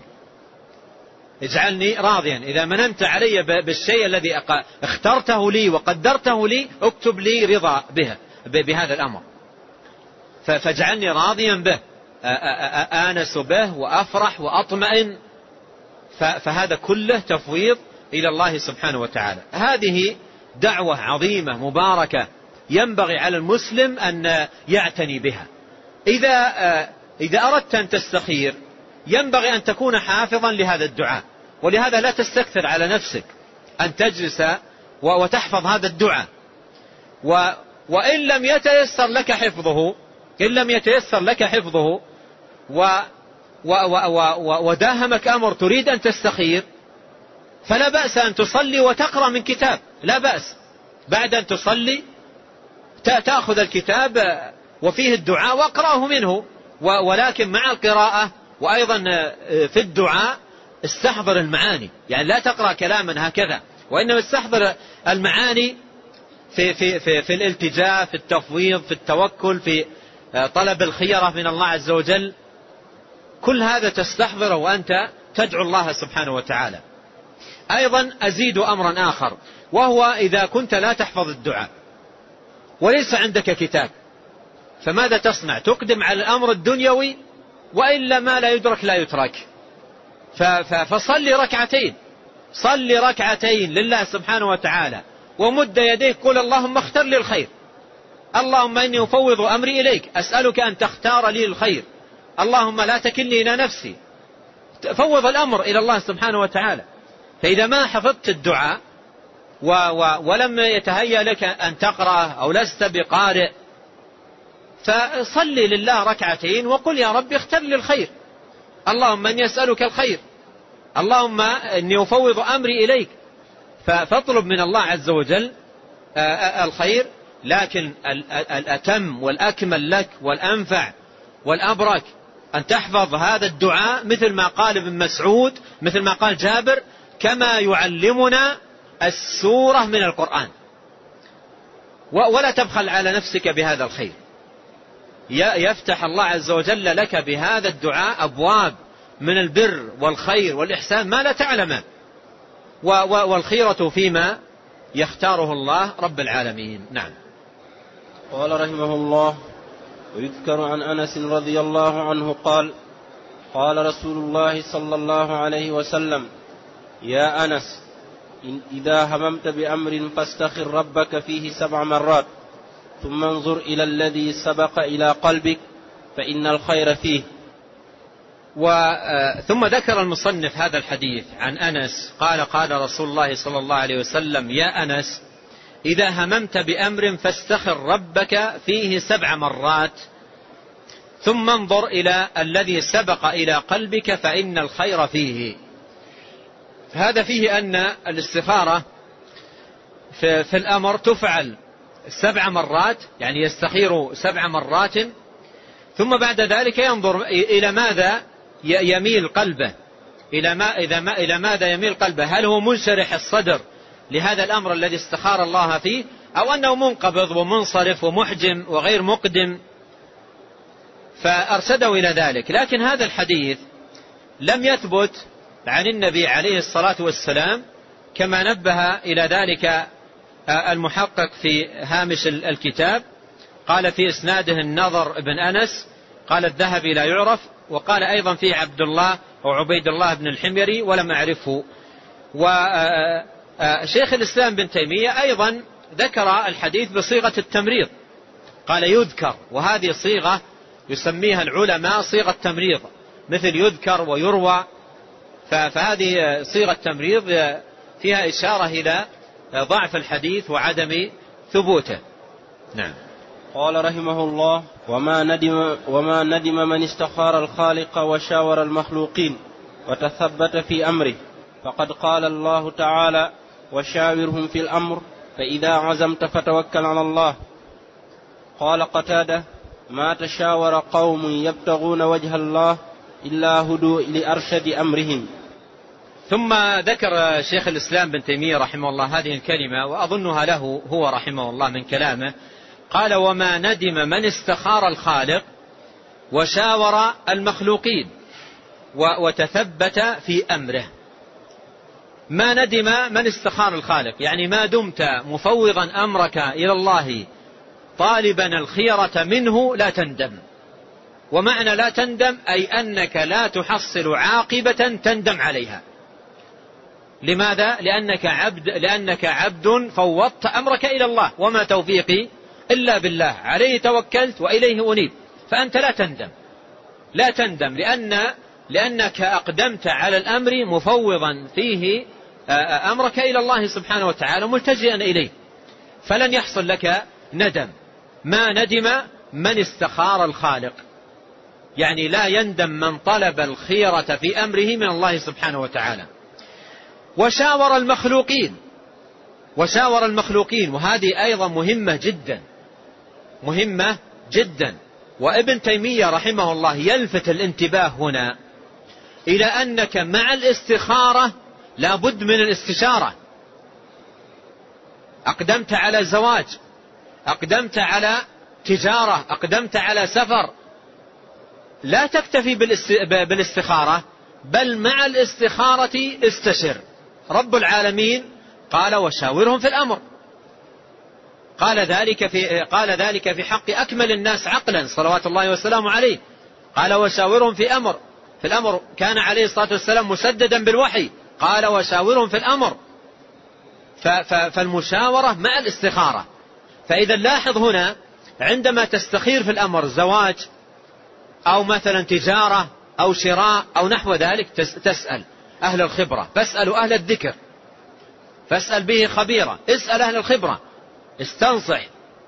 راضيا إذا مننت علي بالشيء الذي اخترته لي وقدرته لي اكتب لي رضا بهذا الأمر، فاجعلني راضيا به، آنس به وأفرح وأطمئن. فهذا كله تفويض إلى الله سبحانه وتعالى. هذه دعوة عظيمة مباركة ينبغي على المسلم أن يعتني بها. إذا أردت أن تستخير ينبغي أن تكون حافظا لهذا الدعاء، ولهذا لا تستكثر على نفسك أن تجلس وتحفظ هذا الدعاء، وإن لم يتيسر لك حفظه وداهمك أمر تريد أن تستخير، فلا بأس أن تصلي وتقرأ من كتاب، لا بأس بعد أن تصلي تأخذ الكتاب وفيه الدعاء واقرأه منه، ولكن مع القراءة وأيضا في الدعاء استحضر المعاني، يعني لا تقرأ كلاما هكذا، وإنما استحضر المعاني في الالتجاء، في التفويض، في التوكل، في طلب الخيرة من الله عز وجل. كل هذا تستحضره وأنت تدعو الله سبحانه وتعالى. أيضا أزيد أمرا آخر، وهو إذا كنت لا تحفظ الدعاء وليس عندك كتاب، فماذا تصنع؟ تقدم على الأمر الدنيوي، وإلا ما لا يدرك لا يترك. فصلي ركعتين لله سبحانه وتعالى، ومد يديك قل اللهم اختر لي الخير، اللهم إني أفوض أمري إليك، أسألك أن تختار لي الخير، اللهم لا تكلني إلى نفسي. فوض الأمر إلى الله سبحانه وتعالى. فإذا ما حفظت الدعاء ولم يتهيأ لك أن تقرأ أو لست بقارئ، فصلي لله ركعتين وقل يا رب اختر لي الخير، اللهم إني أسألك الخير، اللهم إني أفوض أمري إليك. فاطلب من الله عز وجل الخير، لكن الأتم والأكمل لك والأنفع والأبرك أن تحفظ هذا الدعاء مثل ما قال ابن مسعود، مثل ما قال جابر، كما يعلمنا السورة من القرآن. ولا تبخل على نفسك بهذا الخير، يفتح الله عز وجل لك بهذا الدعاء أبواب من البر والخير والإحسان ما لا تعلمه، والخيرة فيما يختاره الله رب العالمين. نعم. قال رحمه الله: ويذكر عن أنس رضي الله عنه قال: قال رسول الله صلى الله عليه وسلم: يا أنس، إذا هممت بأمر فاستخر ربك فيه 7 مرات، ثم انظر إلى الذي سبق إلى قلبك فإن الخير فيه. ثم ذكر المصنف هذا الحديث عن أنس قال: قال رسول الله صلى الله عليه وسلم: يا أنس، إذا هممت بأمر فاستخر ربك فيه 7 مرات، ثم انظر إلى الذي سبق إلى قلبك فإن الخير فيه. هذا فيه أن الاستخارة في الأمر تفعل 7 مرات، يعني يستخير 7 مرات، ثم بعد ذلك ينظر إلى ماذا يميل قلبه، إلى ماذا يميل قلبه، هل هو منشرح الصدر لهذا الأمر الذي استخار الله فيه، أو أنه منقبض ومنصرف ومحجم وغير مقدم، فأرشده إلى ذلك. لكن هذا الحديث لم يثبت عن النبي عليه الصلاة والسلام، كما نبه إلى ذلك المحقق في هامش الكتاب، قال في إسناده النضر بن أنس، قال الذهبي لا يعرف، وقال أيضا فيه عبد الله أو عبيد الله بن الحميري ولم أعرفه. وشيخ الإسلام بن تيمية أيضا ذكر الحديث بصيغة التمريض، قال يذكر، وهذه صيغة يسميها العلماء صيغة تمريض، مثل يذكر ويروى، فهذه صيغة تمريض فيها إشارة إلى ضعف الحديث وعدم ثبوته. نعم. قال رحمه الله: وما ندم من استخار الخالق وشاور المخلوقين وتثبت في أمره، فقد قال الله تعالى: وشاورهم في الأمر فإذا عزمت فتوكل على الله. قال قتادة: ما تشاور قوم يبتغون وجه الله إلا هدوا لأرشد أمرهم. ثم ذكر شيخ الإسلام بن تيمية رحمه الله هذه الكلمة، وأظنها له هو رحمه الله من كلامه، قال: وما ندم من استخار الخالق وشاور المخلوقين وتثبت في أمره. ما ندم من استخار الخالق، يعني ما دمت مفوضا أمرك إلى الله طالبا الخيرة منه لا تندم. ومعنى لا تندم أي أنك لا تحصل عاقبة تندم عليها. لماذا؟ لأنك عبد فوضت أمرك إلى الله، وما توفيقي إلا بالله، عليه توكلت وإليه أنيب، فأنت لا تندم لأنك أقدمت على الأمر مفوضا فيه أمرك إلى الله سبحانه وتعالى ملتجئا إليه، فلن يحصل لك ندم. ما ندم من استخار الخالق، يعني لا يندم من طلب الخيرة في أمره من الله سبحانه وتعالى. وشاور المخلوقين، وهذه أيضا مهمة جدا. وابن تيمية رحمه الله يلفت الانتباه هنا إلى أنك مع الاستخارة لا بد من الاستشارة. أقدمت على زواج، أقدمت على تجارة، أقدمت على سفر، لا تكتفي بالاستخارة، بل مع الاستخارة استشر. رب العالمين قال: وشاورهم في الأمر. قال ذلك في حق أكمل الناس عقلا صلوات الله وسلامه عليه، قال: وشاورهم في الأمر. كان عليه الصلاة والسلام مسددا بالوحي، قال: وشاورهم في الأمر. فالمشاورة مع الاستخارة. فإذا لاحظ هنا عندما تستخير في الأمر زواج أو مثلا تجارة أو شراء أو نحو ذلك، تسأل أهل الخبرة، فاسألوا أهل الذكر، فاسأل به خبيرا، اسأل أهل الخبرة، استنصح.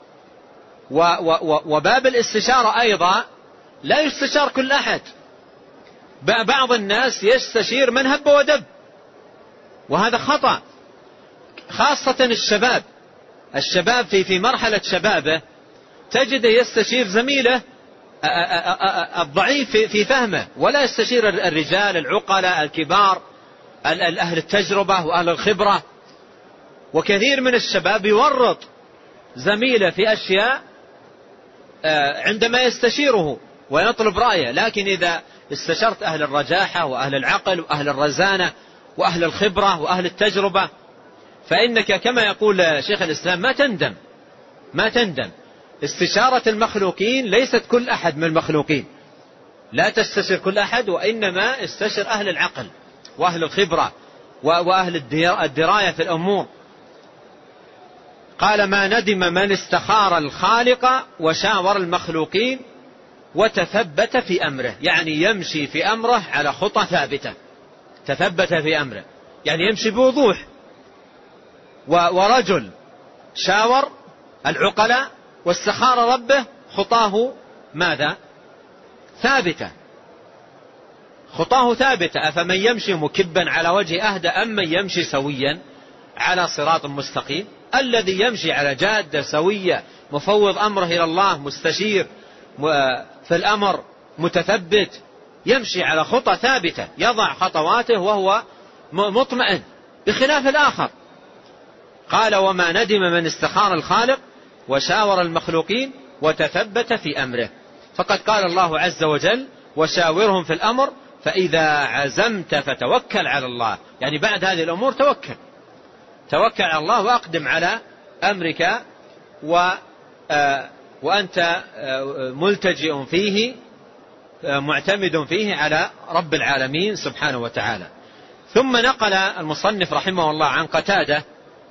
وباب الاستشارة أيضا لا يستشار كل أحد. بعض الناس يستشير من هب ودب، وهذا خطأ، خاصة الشباب في مرحلة شبابه تجده يستشير زميله الضعيف في فهمه، ولا يستشير الرجال العقلاء الكبار أهل التجربة وأهل الخبرة. وكثير من الشباب يورط زميله في أشياء عندما يستشيره ويطلب رأيه، لكن إذا استشرت أهل الرجاحة وأهل العقل وأهل الرزانة وأهل الخبرة وأهل التجربة، فإنك كما يقول شيخ الإسلام ما تندم. استشارة المخلوقين ليست كل أحد من المخلوقين، لا تستشر كل أحد، وإنما استشر أهل العقل وأهل الخبرة وأهل الدراية في الأمور. قال: ما ندم من استخار الخالق وشاور المخلوقين وتثبت في أمره، يعني يمشي في أمره على خطى ثابتة. تثبت في أمره يعني يمشي بوضوح. ورجل شاور العقلاء واستخار ربه، خطاه ماذا؟ ثابتة، خطاه ثابتة. أفمن يمشي مكبا على وجه أهدى أم من يمشي سويا على صراط مستقيم؟ الذي يمشي على جادة سوية مفوض أمره إلى الله مستشير في الأمر متثبت يمشي على خطى ثابتة يضع خطواته وهو مطمئن، بخلاف الآخر. قال وما ندم من استخار الخالق وشاور المخلوقين وتثبت في أمره. فقد قال الله عز وجل وشاورهم في الأمر فإذا عزمت فتوكل على الله، يعني بعد هذه الأمور توكل على الله وأقدم على أمرك وأنت ملتجئ فيه معتمد فيه على رب العالمين سبحانه وتعالى. ثم نقل المصنف رحمه الله عن قتادة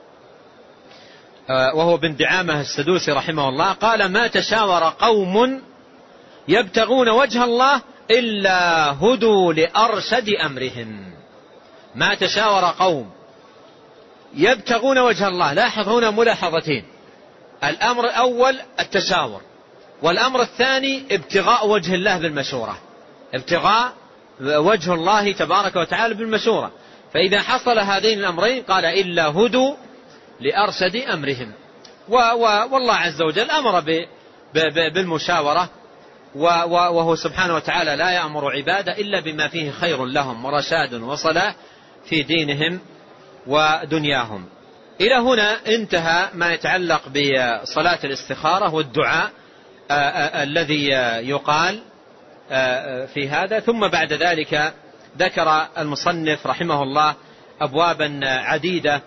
وهو بن دعامة السدوسي رحمه الله قال ما تشاور قوم يبتغون وجه الله إلا هدوا لأرشد أمرهم. ما تشاور قوم يبتغون وجه الله، لاحظ هنا ملاحظتين: الأمر الأول التشاور، والأمر الثاني ابتغاء وجه الله بالمشورة، ابتغاء وجه الله تبارك وتعالى بالمشورة. فإذا حصل هذين الأمرين قال إلا هدوا لأرشد أمرهم. والله عز وجل أمر بالمشاورة، وهو سبحانه وتعالى لا يأمر عباده إلا بما فيه خير لهم ورشاد وصلاح في دينهم ودنياهم. إلى هنا انتهى ما يتعلق بصلاة الاستخارة والدعاء الذي يقال في هذا. ثم بعد ذلك ذكر المصنف رحمه الله أبوابا عديدة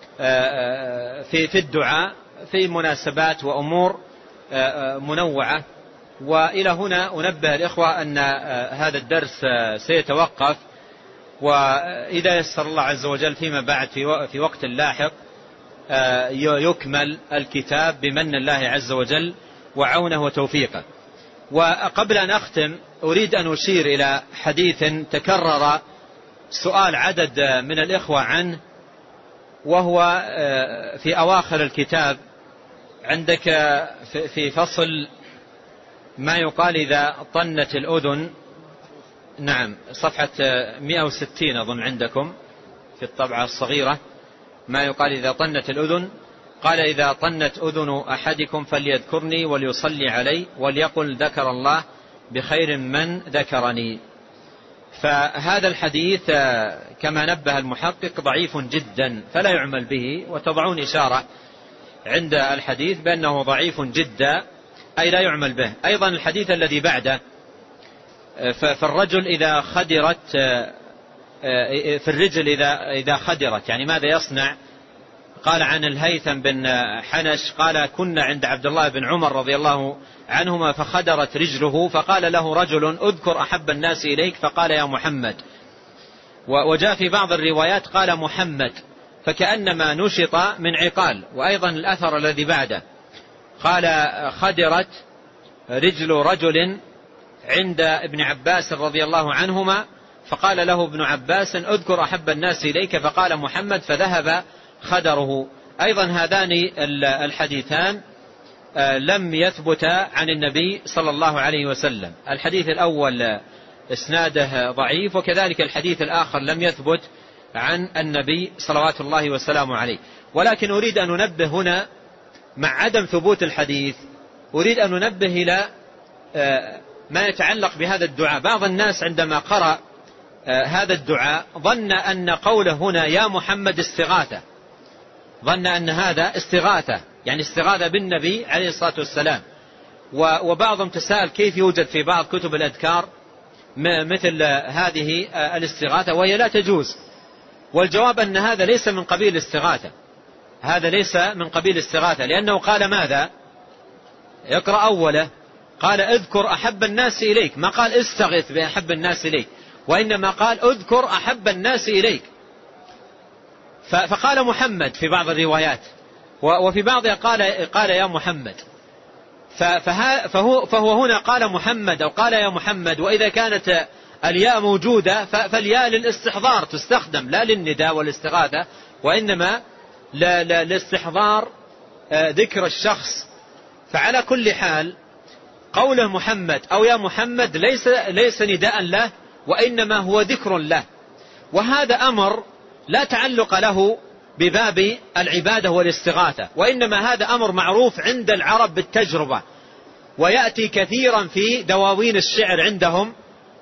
في الدعاء في مناسبات وأمور منوعة. وإلى هنا أنبه الإخوة أن هذا الدرس سيتوقف، وإذا يسر الله عز وجل فيما بعد في وقت لاحق يكمل الكتاب بمن الله عز وجل وعونه وتوفيقه. وقبل أن أختم أريد أن أشير إلى حديث تكرر سؤال عدد من الإخوة عنه، وهو في أواخر الكتاب عندك في فصل ما يقال إذا طنت الأذن، نعم صفحة 160 أظن عندكم في الطبعة الصغيرة، ما يقال إذا طنت الأذن، قال إذا طنت أذن أحدكم فليذكرني وليصلي علي وليقل ذكر الله بخير من ذكرني. فهذا الحديث كما نبه المحقق ضعيف جدا فلا يعمل به، وتضعون إشارة عند الحديث بأنه ضعيف جدا أي لا يعمل به. أيضا الحديث الذي بعده فالرجل إذا خدرت في الرجل إذا خدرت يعني ماذا يصنع؟ قال عن الهيثم بن حنش قال كنا عند عبد الله بن عمر رضي الله عنهما فخدرت رجله فقال له رجل اذكر أحب الناس إليك فقال يا محمد، وجاء في بعض الروايات قال محمد فكأنما نشط من عقال. وأيضا الأثر الذي بعده قال خدرت رجل رجل عند ابن عباس رضي الله عنهما فقال له ابن عباس اذكر أحب الناس إليك فقال محمد فذهب خدره. أيضا هذان الحديثان لم يثبتا عن النبي صلى الله عليه وسلم. الحديث الأول إسناده ضعيف، وكذلك الحديث الآخر لم يثبت عن النبي صلوات الله وسلامه عليه. ولكن أريد أن ننبه هنا مع عدم ثبوت الحديث، أريد أن ننبه إلى ما يتعلق بهذا الدعاء. بعض الناس عندما قرأ هذا الدعاء ظن أن قوله هنا يا محمد استغاثة، ظن أن هذا استغاثة يعني استغاثة بالنبي عليه الصلاة والسلام. وبعضهم تساءل كيف يوجد في بعض كتب الأذكار مثل هذه الاستغاثة وهي لا تجوز. والجواب أن هذا ليس من قبيل الاستغاثة، هذا ليس من قبيل الاستغاثة، لأنه قال ماذا؟ اقرأ أوله قال اذكر أحب الناس إليك، ما قال استغث بأحب الناس إليك، وإنما قال اذكر أحب الناس إليك. فقال محمد في بعض الروايات، وفي بعضها قال يا محمد. فهو هنا قال محمد أو قال يا محمد. وإذا كانت الياء موجودة فالياء للاستحضار تستخدم لا للنداء والاستغاثة، وإنما لاستحضار ذكر الشخص. فعلى كل حال قوله محمد أو يا محمد ليس نداء له، وإنما هو ذكر له. وهذا أمر لا تعلق له بباب العبادة والاستغاثة، وإنما هذا أمر معروف عند العرب بالتجربة، ويأتي كثيرا في دواوين الشعر عندهم.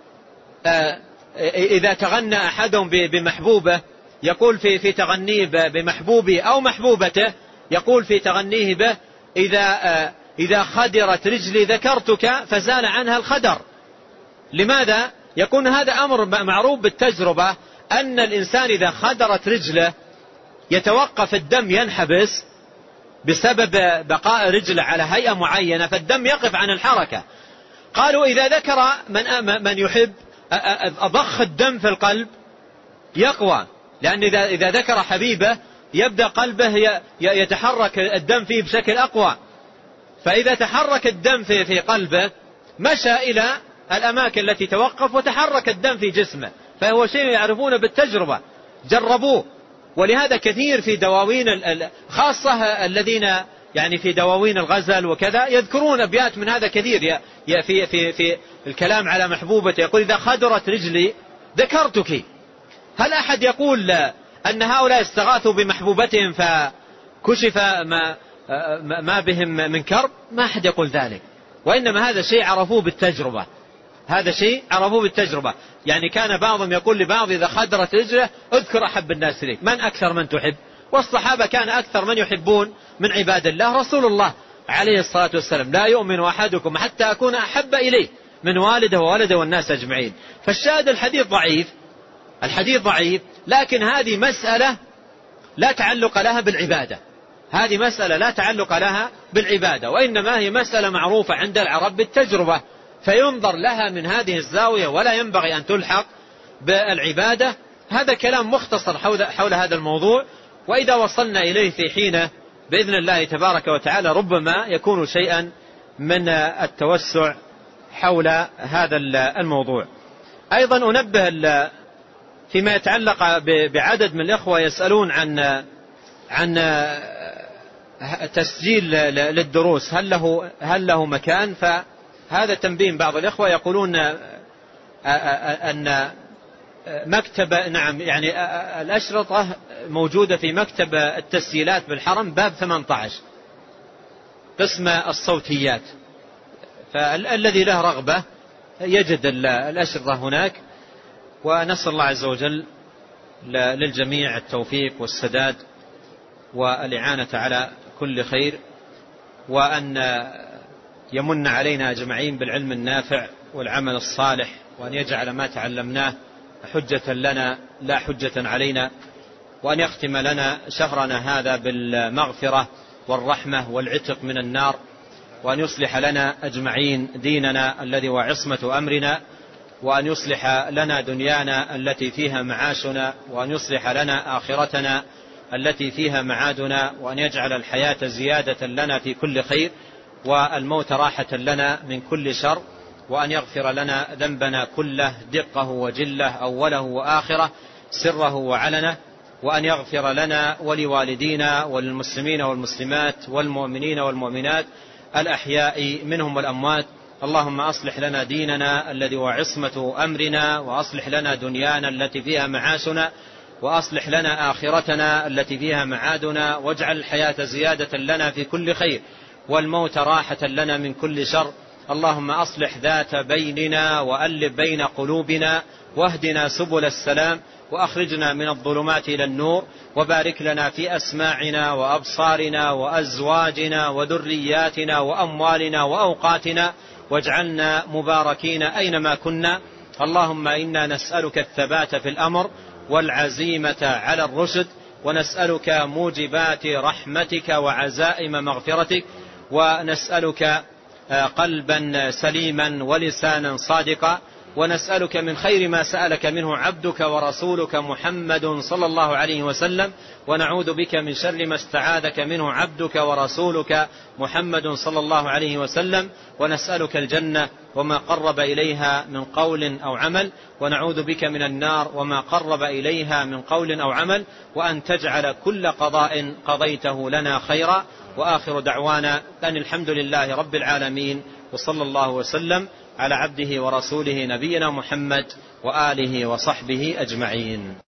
إذا تغنى أحدهم بمحبوبة يقول في تغنيه بمحبوبه أو محبوبته، يقول في تغنيه به: إذا خدرت رجلي ذكرتك فزال عنها الخدر. لماذا؟ يكون هذا أمر معروف بالتجربة، أن الإنسان إذا خدرت رجله يتوقف الدم، ينحبس بسبب بقاء رجله على هيئة معينة، فالدم يقف عن الحركة. قالوا إذا ذكر من يحب أضخ الدم في القلب يقوى، لأن إذا ذكر حبيبه يبدأ قلبه يتحرك الدم فيه بشكل أقوى، فإذا تحرك الدم في قلبه مشى إلى الأماكن التي توقف وتحرك الدم في جسمه، فهو شيء يعرفونه بالتجربة، جربوه. ولهذا كثير في دواوين خاصة الذين يعني في دواوين الغزل وكذا يذكرون أبيات من هذا كثير، في الكلام على محبوبته يقول: إذا خدرت رجلي ذكرتك. هل أحد يقول أن هؤلاء استغاثوا بمحبوبتهم فكشف ما بهم من كرب؟ ما أحد يقول ذلك، وإنما هذا شيء عرفوه بالتجربة، هذا شيء عرفوه بالتجربة. يعني كان بعضهم يقول لبعض: إذا خدرت رجله اذكر أحب الناس إليك، من أكثر من تحب؟ والصحابة كان أكثر من يحبون من عباد الله رسول الله عليه الصلاة والسلام: لا يؤمن أحدكم حتى أكون أحب إليه من والده وولده والناس أجمعين. فالشاهد الحديث ضعيف، لكن هذه مسألة لا تعلق لها بالعبادة، هذه مسألة لا تعلق لها بالعبادة، وإنما هي مسألة معروفة عند العرب بالتجربة، فينظر لها من هذه الزاوية، ولا ينبغي أن تلحق بالعبادة. هذا كلام مختصر حول هذا الموضوع، وإذا وصلنا إليه في حينه بإذن الله تبارك وتعالى ربما يكون شيئا من التوسع حول هذا الموضوع. أيضا أنبه فيما يتعلق بعدد من الإخوة يسألون عن تسجيل للدروس، هل له مكان؟ فهذا تنبيه بعض الإخوة، يقولون أن مكتب، نعم، يعني الأشرطة موجودة في مكتب التسجيلات بالحرم باب 18 قسم الصوتيات، فالذي له رغبة يجد الأشرطة هناك. ونسأل الله عز وجل للجميع التوفيق والسداد والإعانة على كل خير، وأن يمن علينا أجمعين بالعلم النافع والعمل الصالح، وأن يجعل ما تعلمناه حجة لنا لا حجة علينا، وأن يختم لنا شهرنا هذا بالمغفرة والرحمة والعتق من النار، وأن يصلح لنا أجمعين ديننا الذي هو عصمة أمرنا، وأن يصلح لنا دنيانا التي فيها معاشنا، وأن يصلح لنا آخرتنا التي فيها معادنا، وأن يجعل الحياة زيادة لنا في كل خير، والموت راحة لنا من كل شر، وأن يغفر لنا ذنبنا كله دقه وجله أوله وآخره سره وعلنه، وأن يغفر لنا ولوالدينا وللمسلمين والمسلمات والمؤمنين والمؤمنات الأحياء منهم والأموات. اللهم أصلح لنا ديننا الذي هو عصمة أمرنا، وأصلح لنا دنيانا التي فيها معاشنا، وأصلح لنا آخرتنا التي فيها معادنا، واجعل الحياة زيادة لنا في كل خير، والموت راحة لنا من كل شر. اللهم أصلح ذات بيننا وألف بين قلوبنا، واهدنا سبل السلام، وأخرجنا من الظلمات إلى النور، وبارك لنا في أسماعنا وأبصارنا وأزواجنا وذرياتنا وأموالنا وأوقاتنا، واجعلنا مباركين أينما كنا. اللهم إنا نسألك الثبات في الأمر والعزيمة على الرشد، ونسألك موجبات رحمتك وعزائم مغفرتك، ونسألك قلبا سليما ولسانا صادقا، ونسألك من خير ما سألك منه عبدك ورسولك محمد صلى الله عليه وسلم، ونعوذ بك من شر ما استعاذك منه عبدك ورسولك محمد صلى الله عليه وسلم، ونسألك الجنة وما قرب إليها من قول أو عمل، ونعوذ بك من النار وما قرب إليها من قول أو عمل، وأن تجعل كل قضاء قضيته لنا خيرا. وآخر دعوانا أن الحمد لله رب العالمين، وصلى الله وسلم على عبده ورسوله نبينا محمد وآله وصحبه أجمعين.